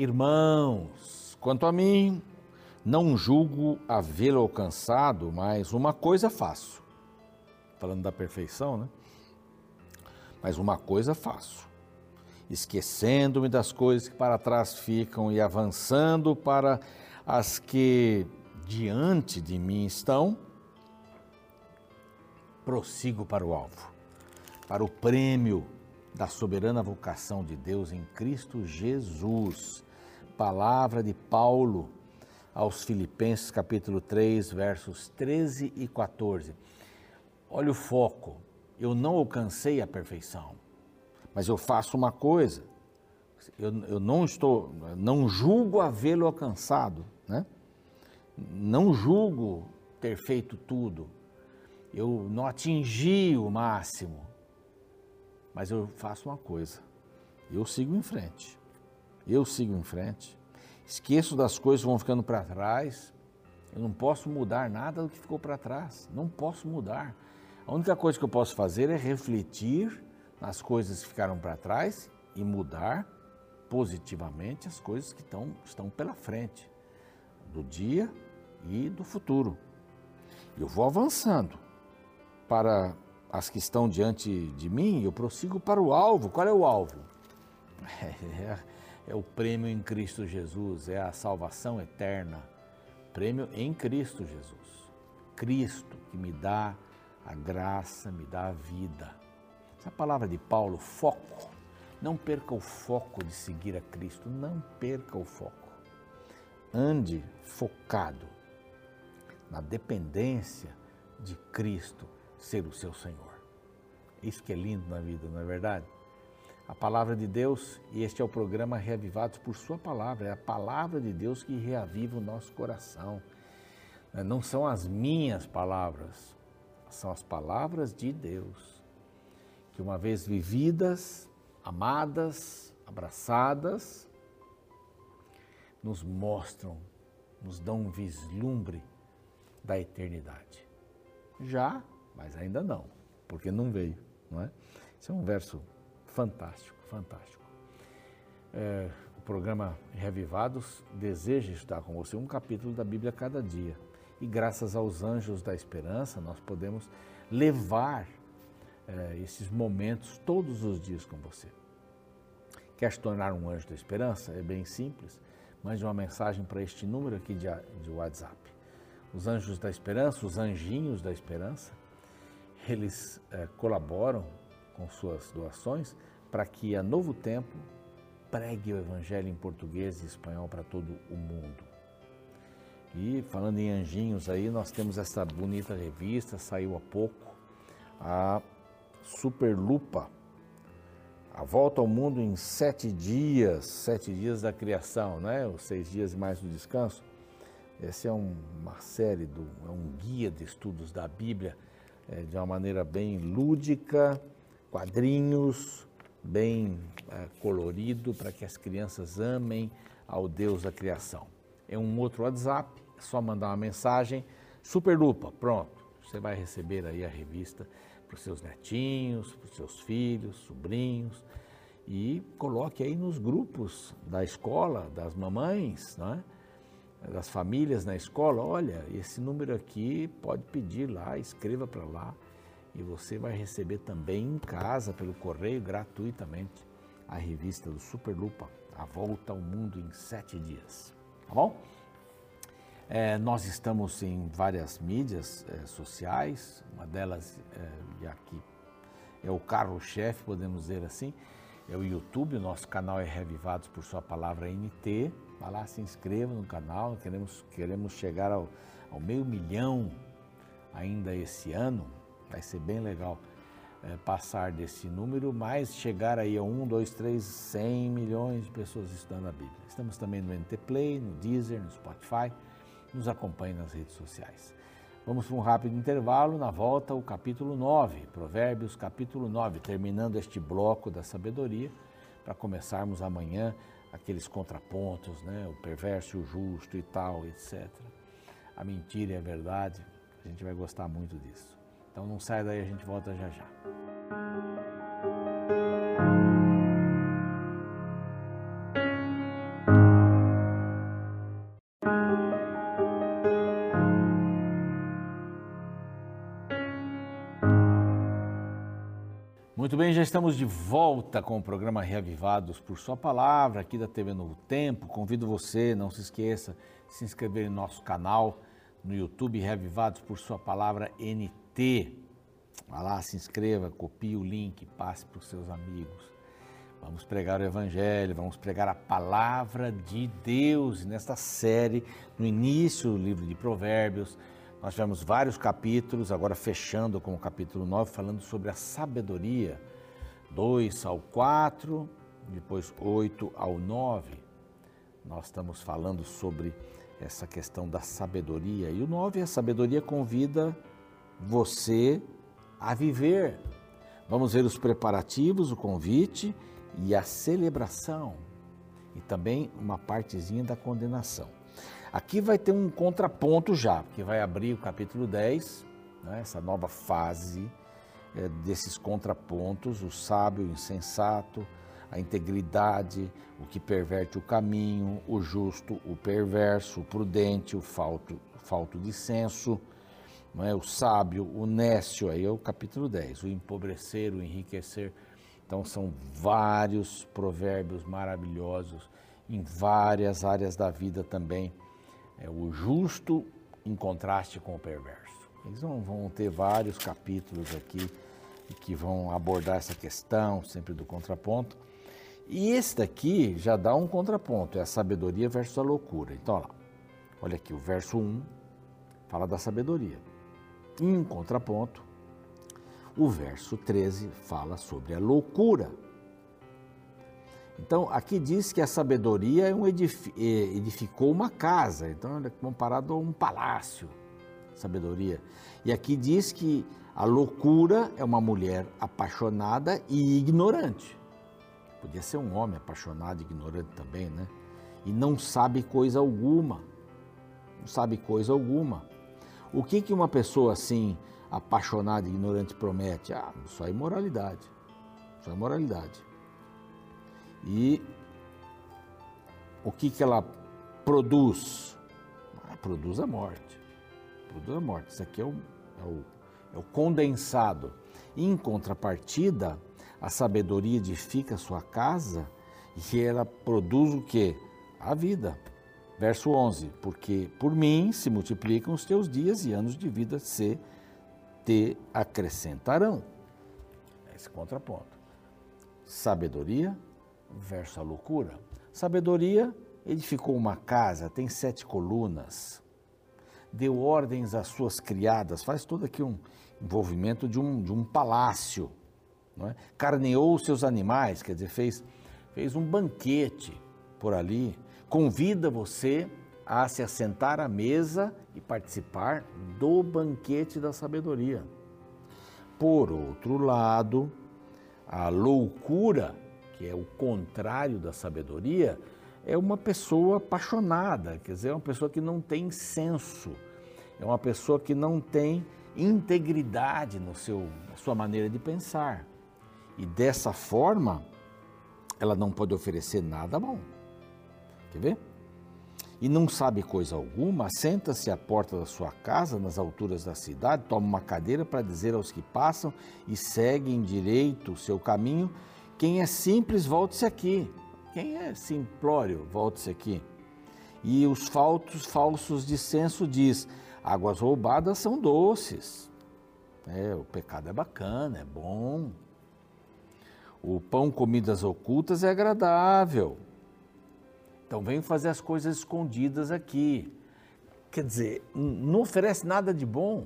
Irmãos, quanto a mim, não julgo havê-lo alcançado, mas uma coisa faço. Falando da perfeição, né? Mas uma coisa faço, esquecendo-me das coisas que para trás ficam e avançando para as que diante de mim estão, prossigo para o alvo, para o prêmio da soberana vocação de Deus em Cristo Jesus. Palavra de Paulo aos Filipenses, capítulo 3, versos 13 e 14. Olha o foco, eu não alcancei a perfeição, mas eu faço uma coisa, eu não julgo havê-lo alcançado, né? Não julgo ter feito tudo, eu não atingi o máximo, mas eu faço uma coisa, eu sigo em frente, esqueço das coisas que vão ficando para trás, eu não posso mudar nada do que ficou para trás, não posso mudar. A única coisa que eu posso fazer é refletir nas coisas que ficaram para trás e mudar positivamente as coisas que estão pela frente, do dia e do futuro. Eu vou avançando para as que estão diante de mim, eu prossigo para o alvo. Qual é o alvo? É o prêmio em Cristo Jesus, é a salvação eterna. Prêmio em Cristo Jesus. Cristo que me dá a graça, me dá a vida. Essa palavra de Paulo, foco. Não perca o foco de seguir a Cristo, não perca o foco. Ande focado na dependência de Cristo ser o seu Senhor. Isso que é lindo na vida, não é verdade? A palavra de Deus, e este é o programa Reavivados por sua palavra, é a palavra de Deus que reaviva o nosso coração. Não são as minhas palavras, são as palavras de Deus, que uma vez vividas, amadas, abraçadas, nos mostram, nos dão um vislumbre da eternidade. Já, mas ainda não, porque não veio, não é? Esse é um verso fantástico, fantástico. O programa Reavivados deseja estudar com você um capítulo da Bíblia a cada dia. E graças aos anjos da esperança, nós podemos levar esses momentos todos os dias com você. Quer se tornar um anjo da esperança? É bem simples. Mande uma mensagem para este número aqui de WhatsApp. Os anjos da esperança, os anjinhos da esperança, eles colaboram com suas doações para que a Novo Tempo pregue o Evangelho em português e espanhol para todo o mundo. E falando em anjinhos aí, nós temos essa bonita revista, saiu há pouco, a Superlupa, a volta ao mundo em 7 dias da criação, né? Os 6 dias e mais o descanso. Essa é uma série, é um guia de estudos da Bíblia, de uma maneira bem lúdica, quadrinhos, bem colorido, para que as crianças amem ao Deus da criação. É um outro WhatsApp, é só mandar uma mensagem, Superlupa, pronto, você vai receber aí a revista para os seus netinhos, para os seus filhos, sobrinhos, e coloque aí nos grupos da escola, das mamães, não é? Das famílias na escola, olha, esse número aqui pode pedir lá, escreva para lá, e você vai receber também em casa, pelo correio, gratuitamente, a revista do Superlupa, A Volta ao Mundo em 7 dias. Tá bom? Nós estamos em várias mídias sociais, uma delas, e aqui é o carro-chefe, podemos dizer assim, é o YouTube, o nosso canal é Reavivados por sua palavra NT, vai lá, se inscreva no canal, queremos chegar ao 500 mil ainda esse ano, vai ser bem legal passar desse número, mas chegar aí a 1, 2, 3, 100 milhões de pessoas estudando a Bíblia. Estamos também no NT Play, no Deezer, no Spotify, nos acompanhe nas redes sociais. Vamos para um rápido intervalo, na volta o capítulo 9, Provérbios capítulo 9, terminando este bloco da sabedoria, para começarmos amanhã aqueles contrapontos, né? O perverso e o justo e tal, etc. A mentira e a verdade, a gente vai gostar muito disso. Então não sai daí, a gente volta já já. Muito bem, já estamos de volta com o programa Reavivados por Sua Palavra, aqui da TV Novo Tempo. Convido você, não se esqueça, de se inscrever em nosso canal no YouTube, Reavivados por Sua Palavra NT. Vá lá, se inscreva, copie o link, passe para os seus amigos. Vamos pregar o Evangelho, vamos pregar a Palavra de Deus. E nesta série, no início do livro de Provérbios, nós tivemos vários capítulos, agora fechando com o capítulo 9, falando sobre a sabedoria, 2 ao 4, depois 8 ao 9. Nós estamos falando sobre essa questão da sabedoria. E o 9, a sabedoria convida você a viver. Vamos ver os preparativos, o convite e a celebração. E também uma partezinha da condenação. Aqui vai ter um contraponto já, porque vai abrir o capítulo 10, né, essa nova fase desses contrapontos, o sábio, o insensato, a integridade, o que perverte o caminho, o justo, o perverso, o prudente, o falto de senso, não é? O sábio, o nécio, aí é o capítulo 10, o empobrecer, o enriquecer. Então são vários provérbios maravilhosos em várias áreas da vida também. O justo em contraste com o perverso. Eles vão ter vários capítulos aqui que vão abordar essa questão, sempre do contraponto. E esse daqui já dá um contraponto, é a sabedoria versus a loucura. Então, olha aqui, o verso 1 fala da sabedoria. Em contraponto, o verso 13 fala sobre a loucura. Então, aqui diz que a sabedoria edificou uma casa, então é comparado a um palácio, sabedoria. E aqui diz que a loucura é uma mulher apaixonada e ignorante. Podia ser um homem apaixonado e ignorante também, né? E não sabe coisa alguma, não sabe coisa alguma. O que uma pessoa assim, apaixonada e ignorante promete? Só imoralidade, só imoralidade. E o que ela produz? Produz a morte. Produz a morte. Isso aqui é o condensado. Em contrapartida, a sabedoria edifica a sua casa e ela produz o quê? A vida. Verso 11. Porque por mim se multiplicam os teus dias e anos de vida se te acrescentarão. Esse contraponto. Sabedoria versus a loucura. Sabedoria edificou uma casa, tem 7 colunas, deu ordens às suas criadas, faz todo aqui um envolvimento de um palácio, não é? Carneou os seus animais, quer dizer, fez um banquete por ali, convida você a se assentar à mesa e participar do banquete da sabedoria. Por outro lado, a loucura, que é o contrário da sabedoria, é uma pessoa apaixonada, quer dizer, é uma pessoa que não tem senso, é uma pessoa que não tem integridade na sua maneira de pensar. E dessa forma, ela não pode oferecer nada bom. Quer ver? E não sabe coisa alguma, senta-se à porta da sua casa, nas alturas da cidade, toma uma cadeira para dizer aos que passam e seguem direito o seu caminho: quem é simples, volte-se aqui. Quem é simplório, volte-se aqui. E os falsos de senso diz: águas roubadas são doces. O pecado é bacana, é bom. O pão comido às ocultas é agradável. Então vem fazer as coisas escondidas aqui. Quer dizer, não oferece nada de bom.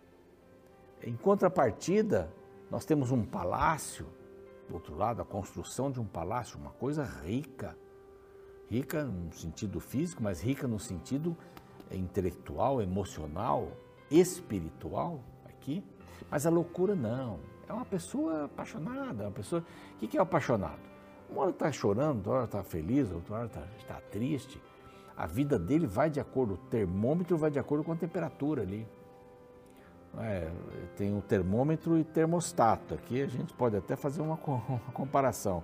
Em contrapartida, nós temos um palácio. Do outro lado, a construção de um palácio, uma coisa rica. Rica no sentido físico, mas rica no sentido intelectual, emocional, espiritual aqui. Mas a loucura não. É uma pessoa apaixonada. Uma pessoa... O que é o apaixonado? Uma hora está chorando, outra hora está feliz, outra hora está triste. A vida dele vai de acordo, o termômetro vai de acordo com a temperatura ali. Tem o termômetro e termostato. Aqui a gente pode até fazer uma comparação.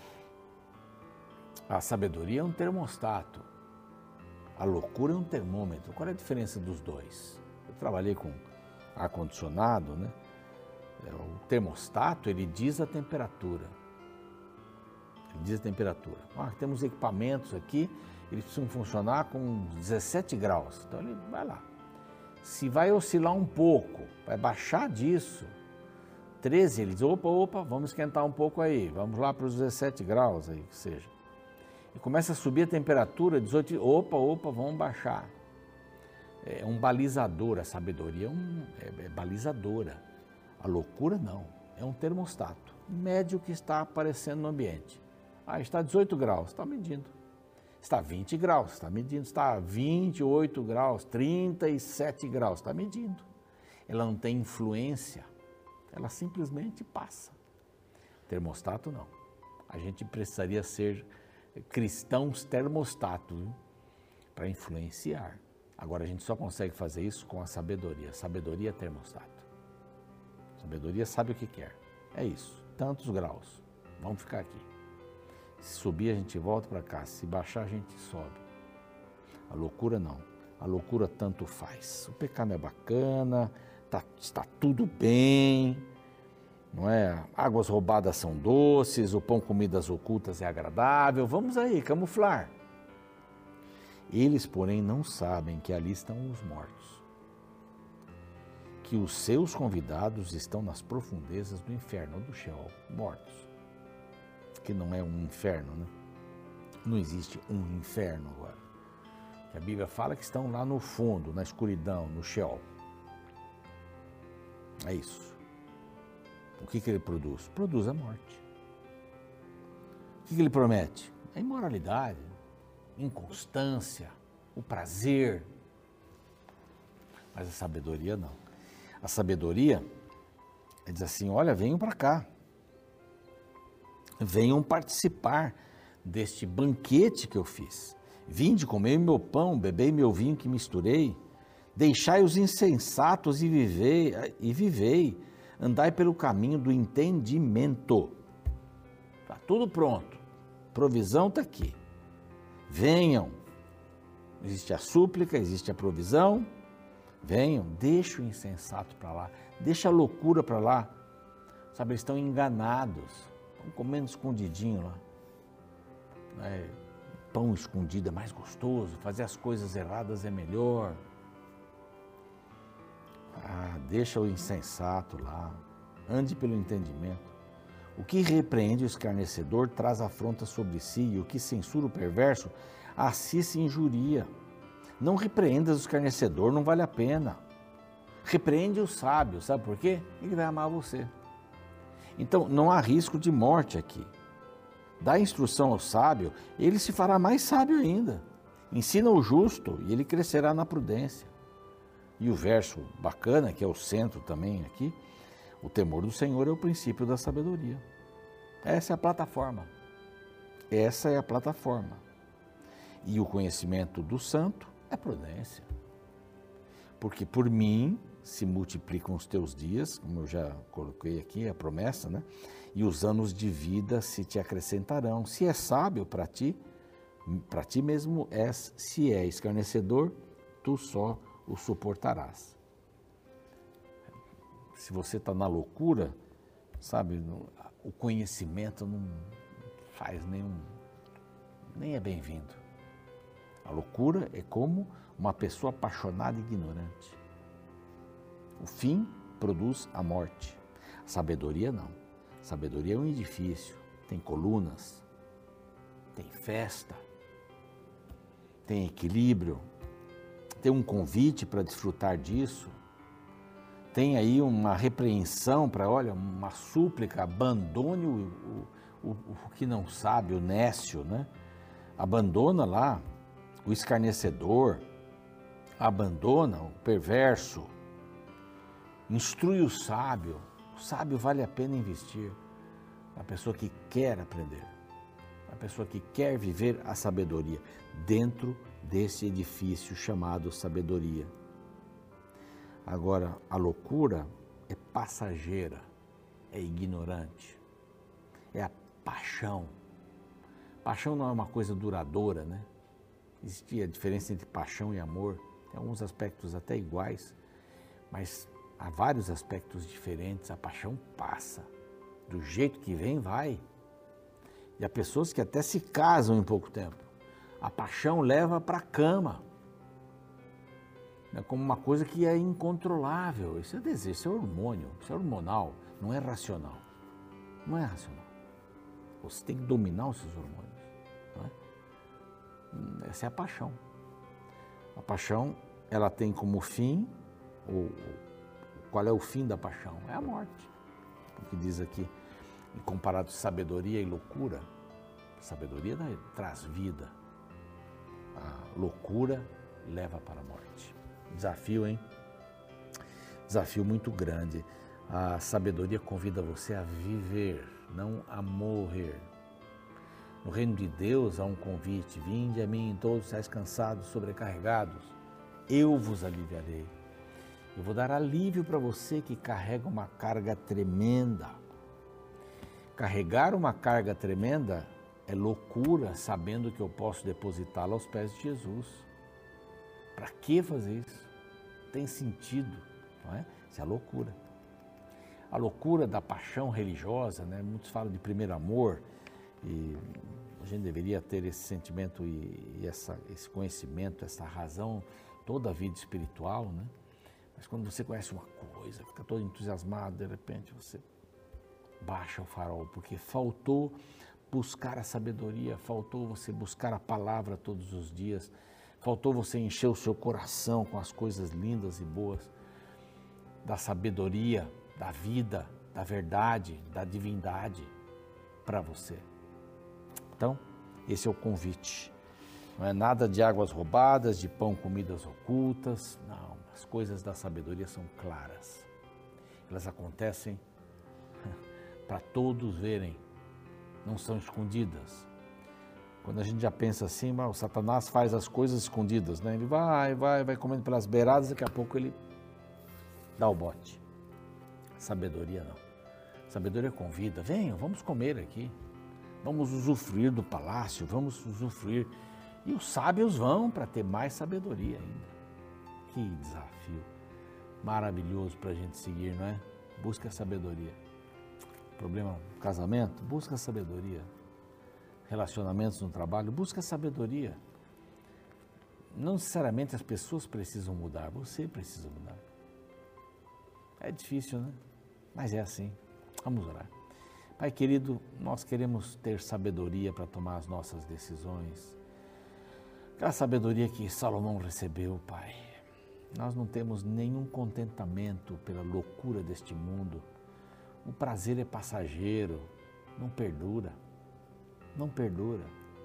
A sabedoria é um termostato. A loucura é um termômetro. Qual é a diferença dos dois? Eu trabalhei com ar-condicionado, né? O termostato, ele diz a temperatura. Ele diz a temperatura. Temos equipamentos aqui, eles precisam funcionar com 17 graus. Então ele vai lá. Se vai oscilar um pouco, vai baixar disso, 13, ele diz, opa, vamos esquentar um pouco aí, vamos lá para os 17 graus aí, que seja. E começa a subir a temperatura, 18, opa, vamos baixar. É um balizador, a sabedoria é balizadora. A loucura não, é um termostato médio que está aparecendo no ambiente. Está 18 graus, está medindo. Está 20 graus, está medindo. Está 28 graus, 37 graus, está medindo. Ela não tem influência, ela simplesmente passa. Termostato não. A gente precisaria ser cristãos termostatos para influenciar. Agora a gente só consegue fazer isso com a sabedoria. Sabedoria é termostato. Sabedoria sabe o que quer. É isso, tantos graus. Vamos ficar aqui. Se subir, a gente volta para cá. Se baixar, a gente sobe. A loucura não. A loucura tanto faz. O pecado é bacana, está tudo bem, não é? Águas roubadas são doces, o pão comidas ocultas é agradável. Vamos aí, camuflar. Eles, porém, não sabem que ali estão os mortos, que os seus convidados estão nas profundezas do inferno, do Sheol, mortos. Que não é um inferno, né? Não existe um inferno agora. A Bíblia fala que estão lá no fundo, na escuridão, no Sheol. É isso. O que ele produz? Produz a morte. O que ele promete? A imoralidade, inconstância, o prazer. Mas a sabedoria não. A sabedoria diz assim, olha, venham para cá. Venham participar deste banquete que eu fiz. Vinde, comei meu pão, bebei meu vinho que misturei. Deixai os insensatos e vivei. Andai pelo caminho do entendimento. Está tudo pronto. Provisão está aqui. Venham. Existe a súplica, existe a provisão. Venham, deixa o insensato para lá. Deixa a loucura para lá. Sabe, eles estão enganados. Estão comendo escondidinho lá. Pão escondido é mais gostoso. Fazer as coisas erradas é melhor. Deixa o insensato lá, ande pelo entendimento. O que repreende o escarnecedor traz afronta sobre si, e o que censura o perverso, a si se injuria. Não repreendas o escarnecedor, não vale a pena. Repreende o sábio, sabe por quê? Ele vai amar você. Então, não há risco de morte aqui. Dá instrução ao sábio, ele se fará mais sábio ainda. Ensina o justo e ele crescerá na prudência. E o verso bacana, que é o centro também aqui, o temor do Senhor é o princípio da sabedoria. Essa é a plataforma. Essa é a plataforma. E o conhecimento do santo é prudência. Porque por mim se multiplicam os teus dias, como eu já coloquei aqui, a promessa, né? E os anos de vida se te acrescentarão. Se é sábio para ti mesmo és, se é escarnecedor, tu só o suportarás. Se você está na loucura, sabe, o conhecimento não faz nem é bem-vindo. A loucura é como uma pessoa apaixonada e ignorante. O fim produz a morte. A sabedoria não. A sabedoria é um edifício, tem colunas, tem festa, tem equilíbrio, tem um convite para desfrutar disso, tem aí uma repreensão para, olha, uma súplica, abandone o que não sabe, o nécio, né? Abandona lá o escarnecedor, abandona o perverso, instrui o sábio vale a pena investir, a pessoa que quer aprender, a pessoa que quer viver a sabedoria dentro desse edifício chamado sabedoria. Agora, a loucura é passageira, é ignorante, é a paixão. Paixão não é uma coisa duradoura, né? Existe a diferença entre paixão e amor, tem alguns aspectos até iguais, mas há vários aspectos diferentes, a paixão passa. Do jeito que vem, vai. E há pessoas que até se casam em pouco tempo. A paixão leva para a cama. É como uma coisa que é incontrolável. Isso é desejo, isso é hormônio, isso é hormonal, não é racional. Não é racional. Você tem que dominar os seus hormônios. Não é? Essa é a paixão. A paixão, ela tem como fim, qual é o fim da paixão? É a morte. Porque diz aqui, comparado sabedoria e loucura, sabedoria traz vida, a loucura leva para a morte. Desafio, hein? Desafio muito grande. A sabedoria convida você a viver, não a morrer. No reino de Deus há um convite: vinde a mim todos estáis cansados, sobrecarregados, eu vos aliviarei. Eu vou dar alívio para você que carrega uma carga tremenda. Carregar uma carga tremenda é loucura, sabendo que eu posso depositá-la aos pés de Jesus. Para que fazer isso? Tem sentido, não é? Isso é lucura. A loucura da paixão religiosa, né? Muitos falam de primeiro amor, e a gente deveria ter esse sentimento e esse conhecimento, essa razão, toda a vida espiritual, né? Mas quando você conhece uma coisa, fica todo entusiasmado, de repente você baixa o farol, porque faltou buscar a sabedoria, faltou você buscar a palavra todos os dias, faltou você encher o seu coração com as coisas lindas e boas da sabedoria, da vida, da verdade, da divindade para você. Então, esse é o convite. Não é nada de águas roubadas, de pão comidas ocultas, não. As coisas da sabedoria são claras. Elas acontecem para todos verem, não são escondidas. Quando a gente já pensa assim, o Satanás faz as coisas escondidas, né? Ele vai comendo pelas beiradas, daqui a pouco ele dá o bote. Sabedoria não. Sabedoria convida, venham, vamos comer aqui. Vamos usufruir do palácio, vamos usufruir. E os sábios vão para ter mais sabedoria ainda. Que desafio maravilhoso para a gente seguir, não é? Busca a sabedoria. Problema no casamento? Busca a sabedoria. Relacionamentos no trabalho? Busca a sabedoria. Não necessariamente as pessoas precisam mudar, você precisa mudar. É difícil, né? Mas é assim. Vamos orar. Pai querido, nós queremos ter sabedoria para tomar as nossas decisões. Aquela sabedoria que Salomão recebeu, Pai. Nós não temos nenhum contentamento pela loucura deste mundo. O prazer é passageiro, não perdura. Não perdura.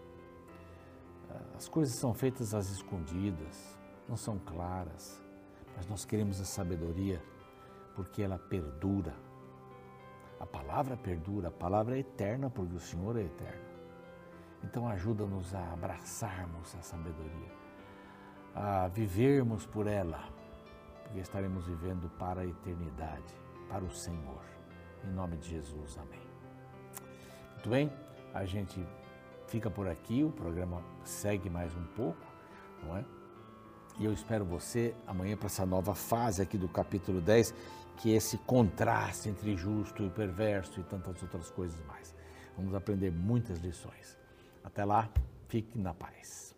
As coisas são feitas às escondidas, não são claras. Mas nós queremos a sabedoria porque ela perdura. A palavra perdura, a palavra é eterna porque o Senhor é eterno. Então ajuda-nos a abraçarmos a sabedoria, a vivermos por ela, porque estaremos vivendo para a eternidade, para o Senhor. Em nome de Jesus, amém. Muito bem, a gente fica por aqui, o programa segue mais um pouco, não é? E eu espero você amanhã para essa nova fase aqui do capítulo 10, que é esse contraste entre justo e perverso e tantas outras coisas mais. Vamos aprender muitas lições. Até lá, fique na paz.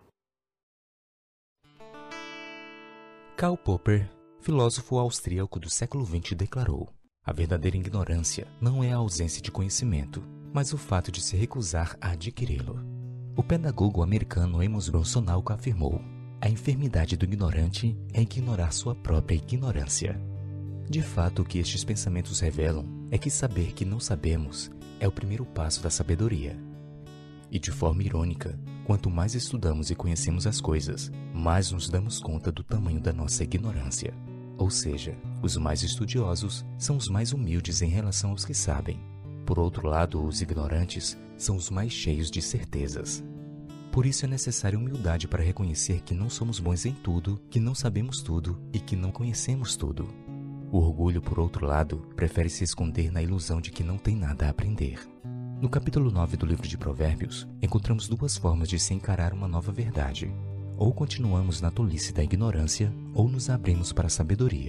Karl Popper, filósofo austríaco do século XX, declarou: a verdadeira ignorância não é a ausência de conhecimento, mas o fato de se recusar a adquiri-lo. O pedagogo americano Amos Bronson-Alcott afirmou: a enfermidade do ignorante é ignorar sua própria ignorância. De fato, o que estes pensamentos revelam é que saber que não sabemos é o primeiro passo da sabedoria. E de forma irônica, quanto mais estudamos e conhecemos as coisas, mais nos damos conta do tamanho da nossa ignorância. Ou seja, os mais estudiosos são os mais humildes em relação aos que sabem. Por outro lado, os ignorantes são os mais cheios de certezas. Por isso é necessária humildade para reconhecer que não somos bons em tudo, que não sabemos tudo e que não conhecemos tudo. O orgulho, por outro lado, prefere se esconder na ilusão de que não tem nada a aprender. No capítulo 9 do livro de Provérbios, encontramos duas formas de se encarar uma nova verdade. Ou continuamos na tolice da ignorância, ou nos abrimos para a sabedoria.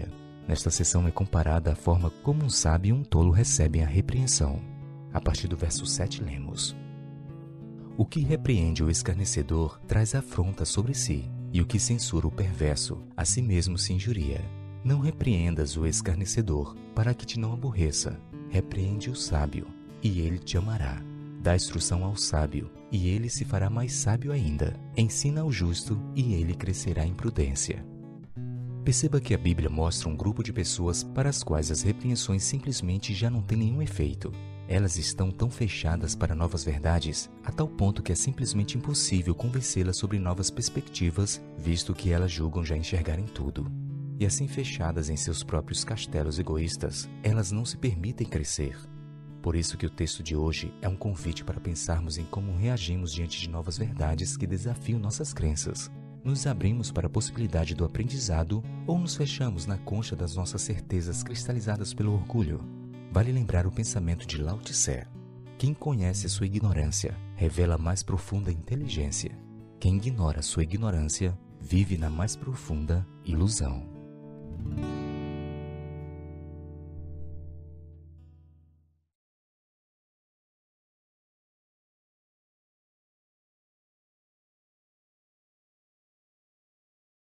Nesta sessão é comparada a forma como um sábio e um tolo recebem a repreensão. A partir do verso 7 lemos: O que repreende o escarnecedor traz afronta sobre si, e o que censura o perverso, a si mesmo se injuria. Não repreendas o escarnecedor, para que te não aborreça. Repreende o sábio, e ele te amará. Dá instrução ao sábio, e ele se fará mais sábio ainda. Ensina ao justo, e ele crescerá em prudência. Perceba que a Bíblia mostra um grupo de pessoas para as quais as repreensões simplesmente já não têm nenhum efeito. Elas estão tão fechadas para novas verdades, a tal ponto que é simplesmente impossível convencê-las sobre novas perspectivas, visto que elas julgam já enxergarem tudo. E assim fechadas em seus próprios castelos egoístas, elas não se permitem crescer. Por isso que o texto de hoje é um convite para pensarmos em como reagimos diante de novas verdades que desafiam nossas crenças. Nos abrimos para a possibilidade do aprendizado ou nos fechamos na concha das nossas certezas cristalizadas pelo orgulho? Vale lembrar o pensamento de Lao Tse: quem conhece sua ignorância revela a mais profunda inteligência. Quem ignora sua ignorância vive na mais profunda ilusão.